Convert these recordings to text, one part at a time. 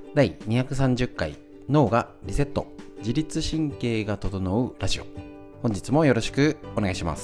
第230回脳がリセット、自律神経が整うラジオ。本日もよろしくお願いします。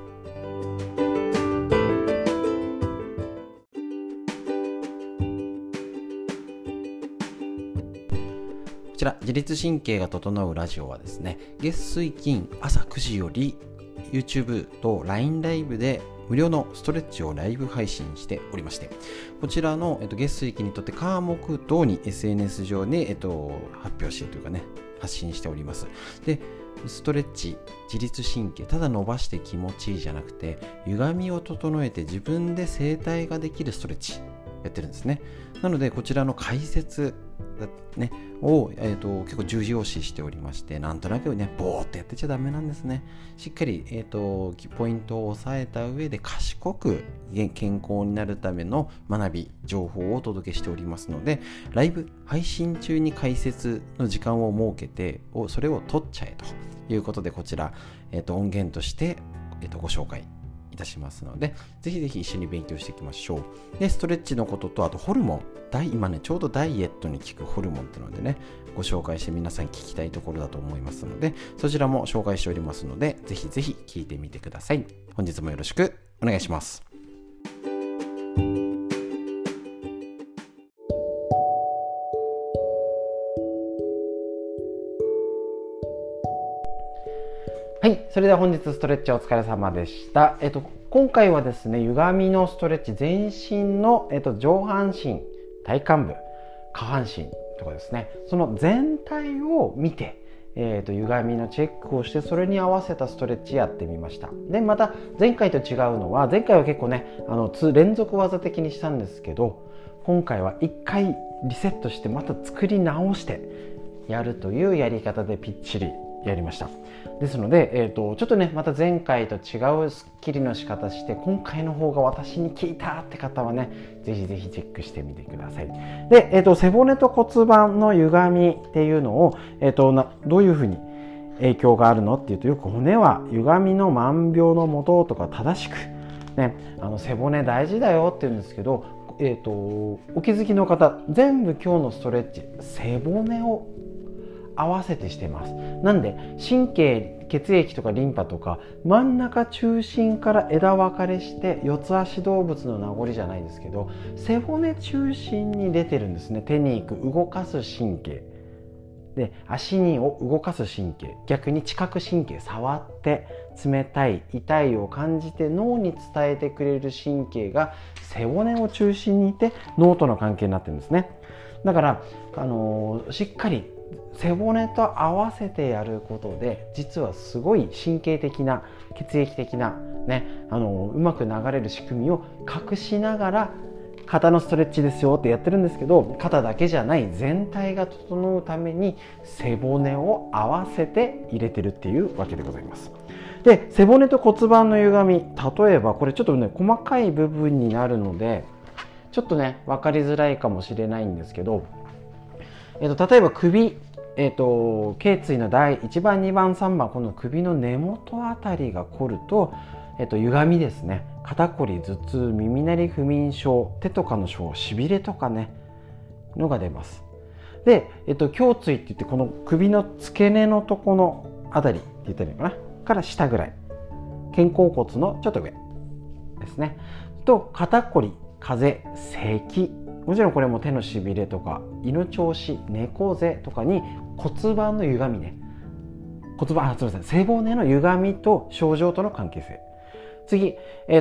こちら自律神経が整うラジオはですね、月水金朝9時より YouTube と LINE ライブで無料のストレッチをライブ配信しておりまして、こちらの、月水金にとって火木土に SNS 上で、発表してというかね、発信しております。で、ストレッチ、自律神経、ただ伸ばして気持ちいいじゃなくて、歪みを整えて自分で整体ができるストレッチやってるんですね。なのでこちらの解説ねを、結構重要視しておりまして、なんとなくねボーっとやってちゃダメなんですね。しっかり、ポイントを押さえた上で賢く健康になるための学び情報をお届けしておりますので、ライブ配信中に解説の時間を設けてそれを取っちゃえということで、こちら、音源として、ご紹介いたしますので、ぜひぜひ一緒に勉強していきましょう。で、ストレッチのことと、あとホルモン、今ねちょうどダイエットに効くホルモンっていうのでね、ご紹介して皆さん聞きたいところだと思いますので、そちらも紹介しておりますので、ぜひぜひ聞いてみてください。本日もよろしくお願いします。はい、それでは本日ストレッチお疲れ様でした。今回はですね、歪みのストレッチ、全身の、上半身、体幹部、下半身とかですね、その全体を見て、歪みのチェックをして、それに合わせたストレッチやってみました。で、また前回と違うのは、前回は結構ね、連続技的にしたんですけど、今回は一回リセットしてまた作り直してやるというやり方でぴっちりやりました。ですので、ちょっとねまた前回と違うスッキリの仕方して、今回の方が私に効いたって方はね、ぜひぜひチェックしてみてください。で、背骨と骨盤の歪みっていうのを、どういうふうに影響があるのっていうと、よく骨は歪みの万病のもととか正しくね、背骨大事だよって言うんですけど、お気づきの方、全部今日のストレッチ背骨を合わせてしてます。なんで神経、血液とかリンパとか真ん中中心から枝分かれして、四つ足動物の名残じゃないですけど、背骨中心に出てるんですね。手に行く動かす神経で、足に動かす神経、逆に知覚神経、触って冷たい痛いを感じて脳に伝えてくれる神経が背骨を中心にいて、脳との関係になってるんですね。だから、しっかり背骨と合わせてやることで、実はすごい神経的な血液的なね、うまく流れる仕組みを隠しながら、肩のストレッチですよってやってるんですけど、肩だけじゃない全体が整うために背骨を合わせて入れてるっていうわけでございます。で、背骨と骨盤の歪み、例えばこれちょっとね細かい部分になるのでちょっとね分かりづらいかもしれないんですけど、例えば首、頸椎の第1番2番3番、この首の根元あたりが凝ると、歪みですね。肩こり、頭痛、耳鳴り、不眠症、手とかの症、しびれとかねのが出ます。で、胸椎って言って、この首の付け根のとこのあたりって言ったらいいのかな、から下ぐらい、肩甲骨のちょっと上ですね。と肩こり、風邪、咳、もちろんこれも手のしびれとか胃の調子、猫背とかに骨盤の歪みね、背骨の歪みと症状との関係性。次、第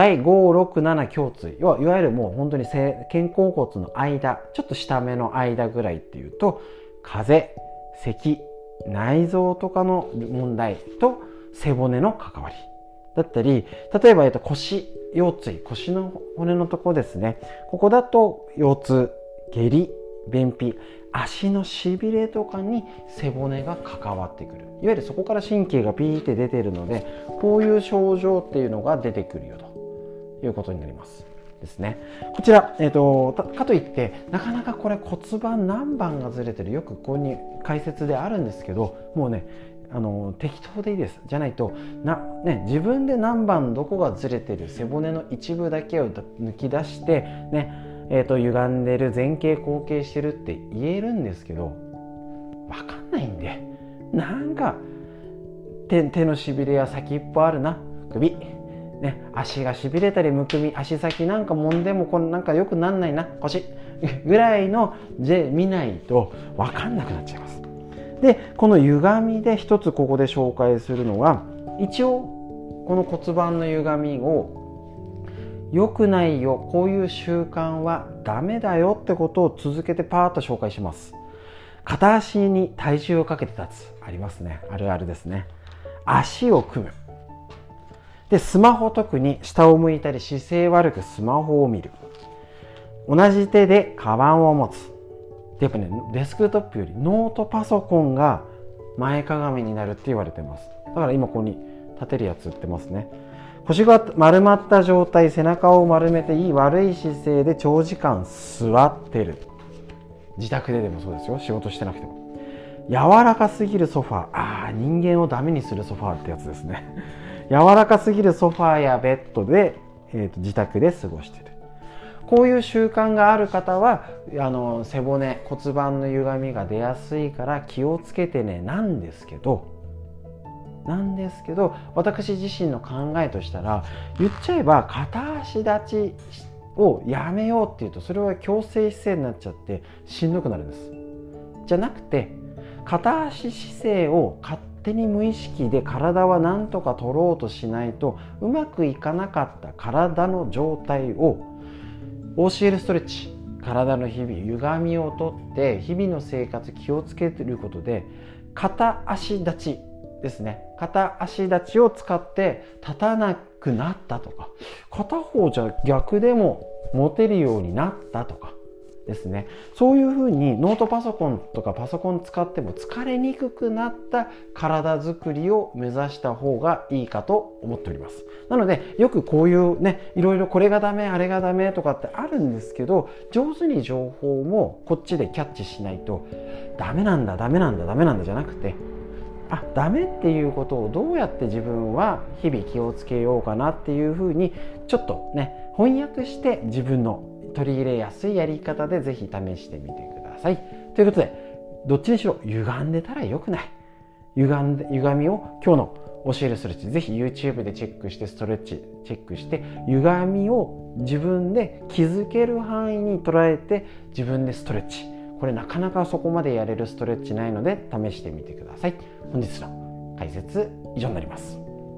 5、6、7胸椎、いわゆるもう本当に肩甲骨の間、ちょっと下目の間ぐらいっていうと、風邪、咳、内臓とかの問題と背骨の関わりだったり、例えば腰椎、腰の骨のところですね。ここだと腰痛、下痢、便秘、足のしびれとかに背骨が関わってくる。いわゆるそこから神経がピーって出ているので、こういう症状っていうのが出てくるよということになりますですね。こちら、かといってなかなかこれ骨盤何番がずれてる、よくここに解説であるんですけど、もうね適当でいいです。じゃないと自分で何番どこがずれてる、背骨の一部だけを抜き出してね、 歪んでる、前傾後傾してるって言えるんですけど、分かんないんで、なんか手のしびれや先っぽあるな、首ね、足がしびれたりむくみ、足先なんか揉んでもなんか良くなんないな、腰ぐらいので見ないと分かんなくなっちゃいます。でこの歪みで一つここで紹介するのは、一応この骨盤の歪みを良くないよ、こういう習慣はダメだよってことを続けてパーッと紹介します。片足に体重をかけて立つ、ありますね、あるあるですね。足を組む。でスマホ、特に下を向いたり姿勢悪くスマホを見る。同じ手でカバンを持つ。でやっぱね、デスクトップよりノートパソコンが前かがみになるって言われてます。だから今ここに立てるやつ売ってますね。腰が丸まった状態、背中を丸めて悪い姿勢で長時間座ってる。自宅ででもそうですよ、仕事してなくても。柔らかすぎるソファー、人間をダメにするソファーってやつですね。柔らかすぎるソファーやベッドで、自宅で過ごしている。こういう習慣がある方は背骨、骨盤の歪みが出やすいから気をつけてね、なんですけど私自身の考えとしたら、言っちゃえば片足立ちをやめようっていうと、それは強制姿勢になっちゃってしんどくなるんです。じゃなくて、片足姿勢を勝手に無意識で体は何とか取ろうとしないとうまくいかなかった体の状態を OCL ストレッチ、体の日々歪みをとって日々の生活気をつけていることで、片足立ちですね、片足立ちを使って立たなくなったとか、片方じゃ逆でも持てるようになったとかですね、そういうふうにノートパソコンとかパソコン使っても疲れにくくなった体づくりを目指した方がいいかと思っております。なのでよくこういうね、いろいろこれがダメあれがダメとかってあるんですけど、上手に情報もこっちでキャッチしないと、ダメなんだダメなんだダメなんだじゃなくて、ダメっていうことをどうやって自分は日々気をつけようかなっていうふうにちょっとね、翻訳して自分の取り入れやすいやり方でぜひ試してみてください。ということで、どっちにしろ歪んでたら良くない。歪みを今日の教えるストレッチ、ぜひ YouTube でチェックしてストレッチチェックして、歪みを自分で気づける範囲に捉えて自分でストレッチ。これなかなかそこまでやれるストレッチないので試してみてください。本日の解説以上になります。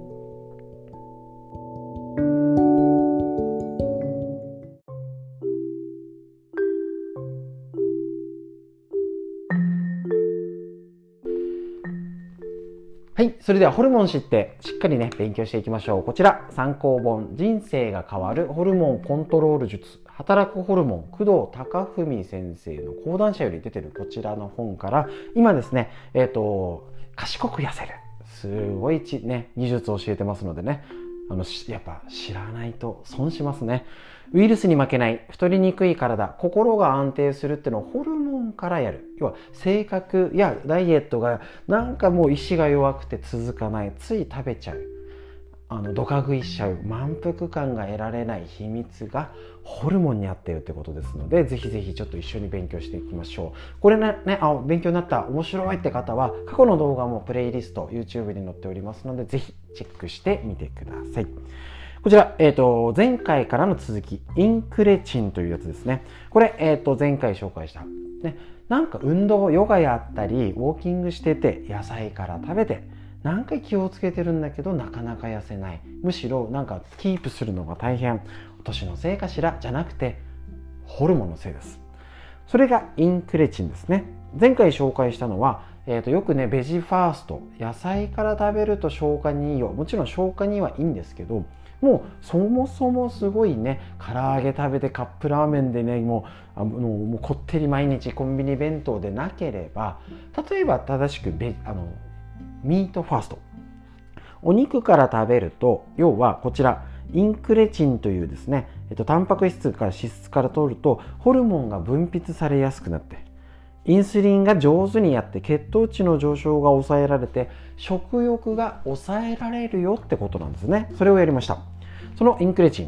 はい、それではホルモン知ってしっかりね勉強していきましょう。こちら参考本、人生が変わるホルモンコントロール術、働くホルモン、工藤孝文先生の講談社より出てるこちらの本から、今ですね賢く痩せる、すごいね技術を教えてますのでね、やっぱ知らないと損しますね。ウイルスに負けない、太りにくい体、心が安定するっていうのをホルモンからやる。要は性格やダイエットがなんかもう意志が弱くて続かない、つい食べちゃう、ドカ食いしちゃう、満腹感が得られない秘密がホルモンにあっているということですので、ぜひぜひちょっと一緒に勉強していきましょう。これね、勉強になった、面白いって方は過去の動画もプレイリスト YouTube に載っておりますので、ぜひチェックしてみてください。こちら、前回からの続き、インクレチンというやつですね。これ、前回紹介した、ね、なんか運動、ヨガやったりウォーキングしてて、野菜から食べて、なんか気をつけてるんだけどなかなか痩せない、むしろなんかキープするのが大変、年のせいかしら、じゃなくてホルモンのせいです。それがインクレチンですね。前回紹介したのは、よくねベジファースト、野菜から食べると消化にいいよ、もちろん消化にはいいんですけど、もうそもそもすごいね、唐揚げ食べてカップラーメンでね、もうこってり毎日コンビニ弁当でなければ、例えば正しくミートファースト、お肉から食べると、要はこちらインクレチンというですね、タンパク質から脂質から取るとホルモンが分泌されやすくなって、インスリンが上手にやって血糖値の上昇が抑えられて、食欲が抑えられるよってことなんですね。それをやりました。そのインクレチン、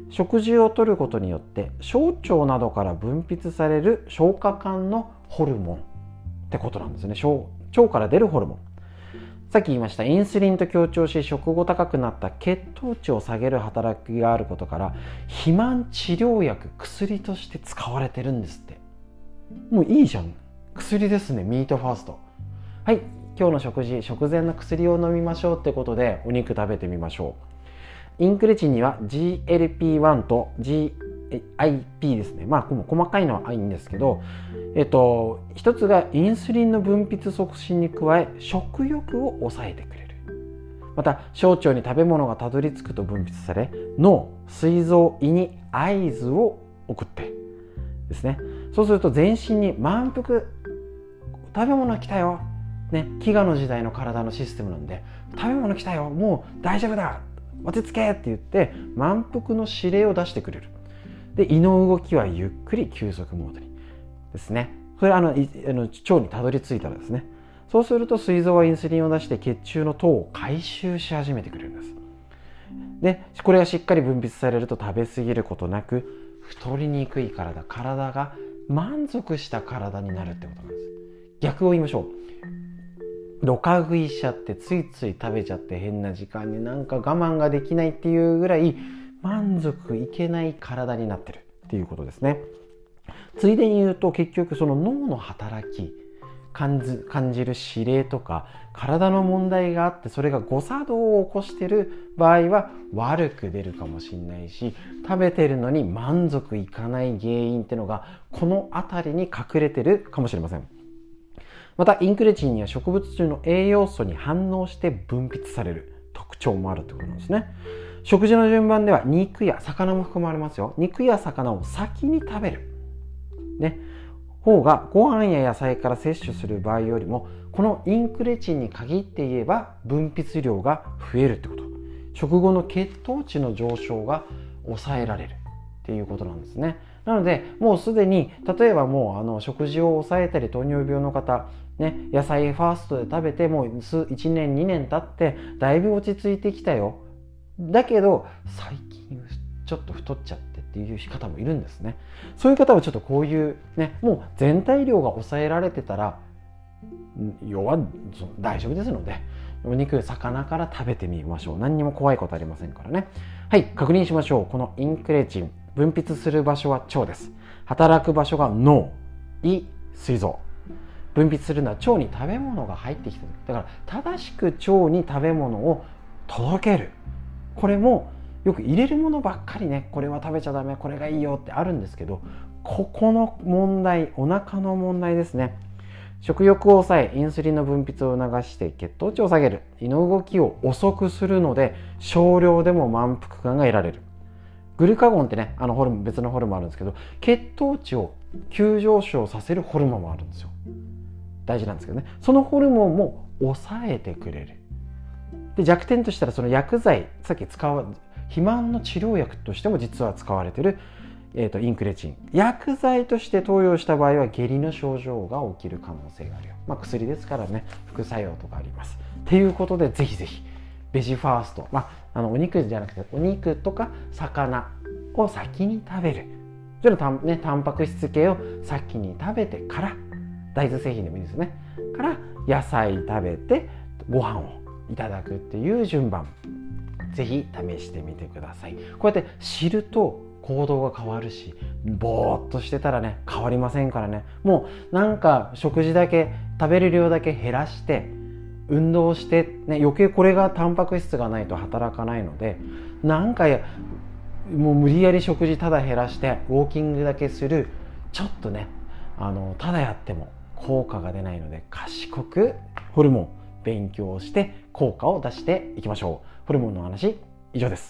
食事をとることによって小腸などから分泌される消化管のホルモンってことなんですね。腸から出るホルモン、さっき言いましたインスリンと協調し食後高くなった血糖値を下げる働きがあることから肥満治療薬、薬として使われてるんですって。もういいじゃん、薬ですね。ミートファースト。はい、今日の食事、食前の薬を飲みましょうってことでお肉食べてみましょう。インクレチンには GLP-1 と GIP ですね。まあ細かいのはいいんですけど、一つがインスリンの分泌促進に加え食欲を抑えてくれる。また小腸に食べ物がたどり着くと分泌され脳、膵臓、胃に合図を送ってですね。そうすると全身に満腹、食べ物来たよ、ね、飢餓の時代の体のシステムなんで、食べ物来たよ、もう大丈夫だ、落ち着けって言って満腹の指令を出してくれる。で胃の動きはゆっくり休息モードにですね。それ腸にたどり着いたらですね、そうすると膵臓はインスリンを出して血中の糖を回収し始めてくれるんです。でこれがしっかり分泌されると食べ過ぎることなく太りにくい体が満足した体になるってことなんです。逆を言いましょう。ドカ食いしちゃってついつい食べちゃって変な時間になんか我慢ができないっていうぐらい満足いけない体になってるっていうことですね。ついでに言うと結局その脳の働き、感じる指令とか体の問題があってそれが誤作動を起こしてる場合は悪く出るかもしれないし、食べてるのに満足いかない原因っていうのがこの辺りに隠れてるかもしれません。またインクレチンには植物中の栄養素に反応して分泌される特徴もあるということなんですね。食事の順番では肉や魚も含まれますよ。肉や魚を先に食べる、ね、方がご飯や野菜から摂取する場合よりもこのインクレチンに限って言えば分泌量が増えるってこと。食後の血糖値の上昇が抑えられるっていうことなんですね。なのでもうすでに例えばもう食事を抑えたり糖尿病の方、ね、野菜ファーストで食べてもう1年2年経ってだいぶ落ち着いてきたよ、だけど最近ちょっと太っちゃってっていう方もいるんですね。そういう方はちょっとこういうね、もう全体量が抑えられてたら要は大丈夫ですのでお肉魚から食べてみましょう。何にも怖いことありませんからね。はい、確認しましょう。このインクレチン分泌する場所は腸です。働く場所が脳、胃、膵臓。分泌するのは腸に食べ物が入ってきた時だから正しく腸に食べ物を届ける。これもよく入れるものばっかりね、これは食べちゃダメ、これがいいよってあるんですけど、ここの問題、お腹の問題ですね。食欲を抑えインスリンの分泌を促して血糖値を下げる。胃の動きを遅くするので少量でも満腹感が得られる。グルカゴンってね、ホルモン、別のホルモンあるんですけど、血糖値を急上昇させるホルモンもあるんですよ。大事なんですけどね、そのホルモンも抑えてくれる。で弱点としたらその薬剤、さっき肥満の治療薬としても実は使われている、インクレチン、薬剤として投与した場合は下痢の症状が起きる可能性があるよ。薬ですからね、副作用とかあります。ということでぜひぜひベジファースト、お肉じゃなくてお肉とか魚を先に食べる。それタンパク質系を先に食べてから大豆製品でもいいですね。から野菜食べてご飯をいただくっていう順番、ぜひ試してみてください。こうやって知ると行動が変わるし、ぼーっとしてたらね変わりませんからね。もうなんか食事だけ食べる量だけ減らして運動してね、余計これがタンパク質がないと働かないので、なんかもう無理やり食事ただ減らしてウォーキングだけする、ちょっとねただやっても効果が出ないので賢くホルモン勉強して効果を出していきましょう。ホルモンの話以上です。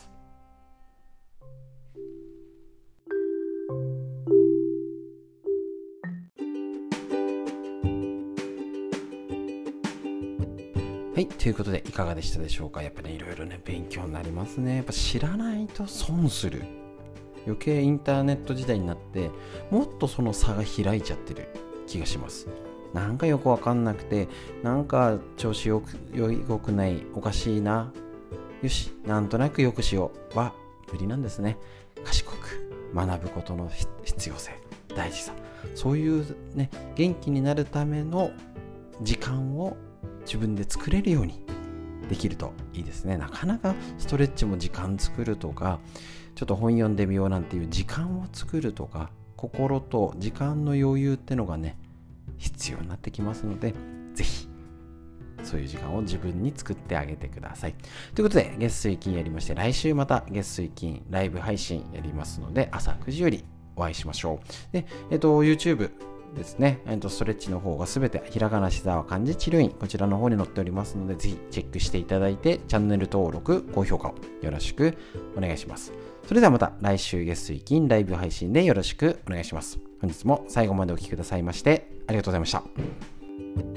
はい、ということでいかがでしたでしょうか。やっぱね、いろいろね勉強になりますね。やっぱ知らないと損する。余計インターネット時代になってもっとその差が開いちゃってる気がします。なんかよくわかんなくて、なんか調子良くない、おかしいな、よしなんとなくよくしようは無理なんですね。 賢く学ぶことの必要性、大事さ、そういうね、元気になるための時間を自分で作れるようにできるといいですね。なかなかストレッチも時間作るとか、ちょっと本読んでみようなんていう時間を作るとか、心と時間の余裕ってのがね、必要になってきますので、ぜひそういう時間を自分に作ってあげてください。ということで、月水金やりまして、来週また月水金ライブ配信やりますので、朝9時よりお会いしましょう。で、YouTubeですね、ストレッチの方がすべてひらがなしざわ漢字治療院、こちらの方に載っておりますので、ぜひチェックしていただいて、チャンネル登録、高評価をよろしくお願いします。それではまた来週月水金ライブ配信でよろしくお願いします。本日も最後までお聞きくださいましてありがとうございました。